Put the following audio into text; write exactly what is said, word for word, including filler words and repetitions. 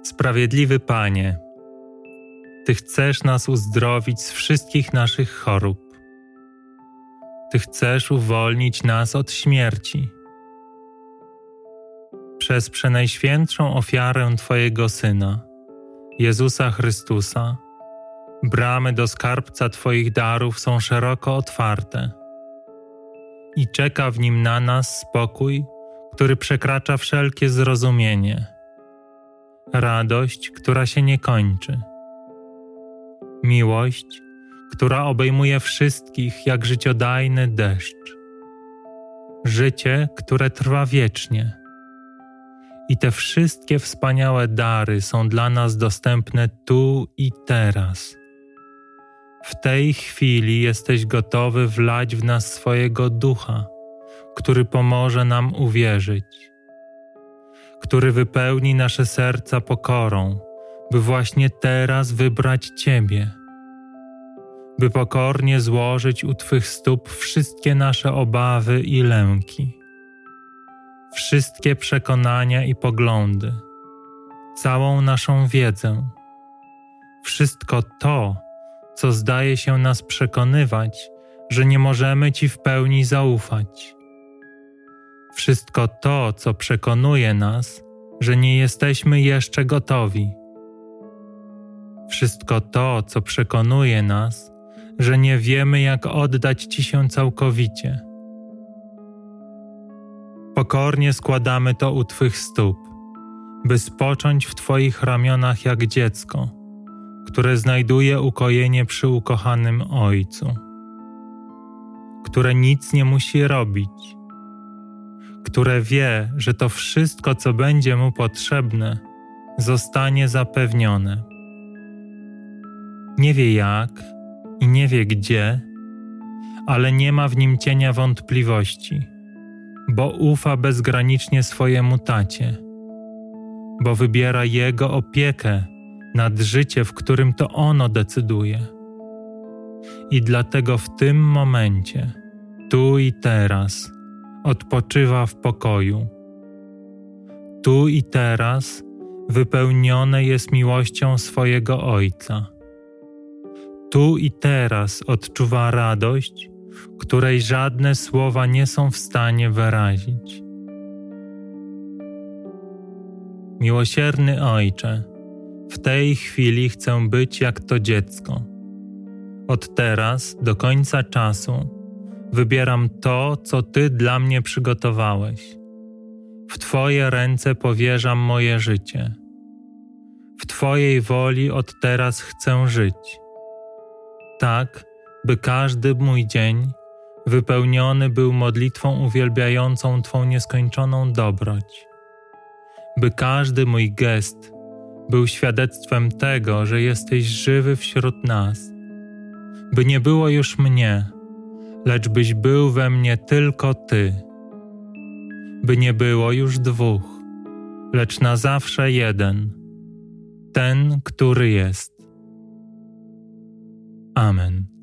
Sprawiedliwy Panie, Ty chcesz nas uzdrowić z wszystkich naszych chorób. Ty chcesz uwolnić nas od śmierci. Przez przenajświętszą ofiarę Twojego Syna, Jezusa Chrystusa, bramy do skarbca Twoich darów są szeroko otwarte i czeka w nim na nas spokój, który przekracza wszelkie zrozumienie, radość, która się nie kończy, miłość, która obejmuje wszystkich jak życiodajny deszcz, życie, które trwa wiecznie. I te wszystkie wspaniałe dary są dla nas dostępne tu i teraz. W tej chwili jesteś gotowy wlać w nas swojego Ducha, który pomoże nam uwierzyć, który wypełni nasze serca pokorą, by właśnie teraz wybrać Ciebie, by pokornie złożyć u Twych stóp wszystkie nasze obawy i lęki, wszystkie przekonania i poglądy, całą naszą wiedzę, wszystko to, co zdaje się nas przekonywać, że nie możemy Ci w pełni zaufać. Wszystko to, co przekonuje nas, że nie jesteśmy jeszcze gotowi. Wszystko to, co przekonuje nas, że nie wiemy, jak oddać Ci się całkowicie. Pokornie składamy to u Twych stóp, by spocząć w Twoich ramionach jak dziecko, które znajduje ukojenie przy ukochanym Ojcu, które nic nie musi robić, które wie, że to wszystko, co będzie mu potrzebne, zostanie zapewnione. Nie wie jak i nie wie gdzie, ale nie ma w nim cienia wątpliwości, bo ufa bezgranicznie swojemu Tacie, bo wybiera Jego opiekę nad życie, w którym to Ono decyduje. I dlatego w tym momencie, tu i teraz, odpoczywa w pokoju. Tu i teraz wypełnione jest miłością swojego Ojca. Tu i teraz odczuwa radość, której żadne słowa nie są w stanie wyrazić. Miłosierny Ojcze, w tej chwili chcę być jak to dziecko. Od teraz do końca czasu wybieram to, co Ty dla mnie przygotowałeś. W Twoje ręce powierzam moje życie. W Twojej woli od teraz chcę żyć. Tak, by każdy mój dzień wypełniony był modlitwą uwielbiającą Twą nieskończoną dobroć. By każdy mój gest był świadectwem tego, że jesteś żywy wśród nas. By nie było już mnie, lecz byś był we mnie tylko Ty. By nie było już dwóch, lecz na zawsze jeden, ten, który jest. Amen.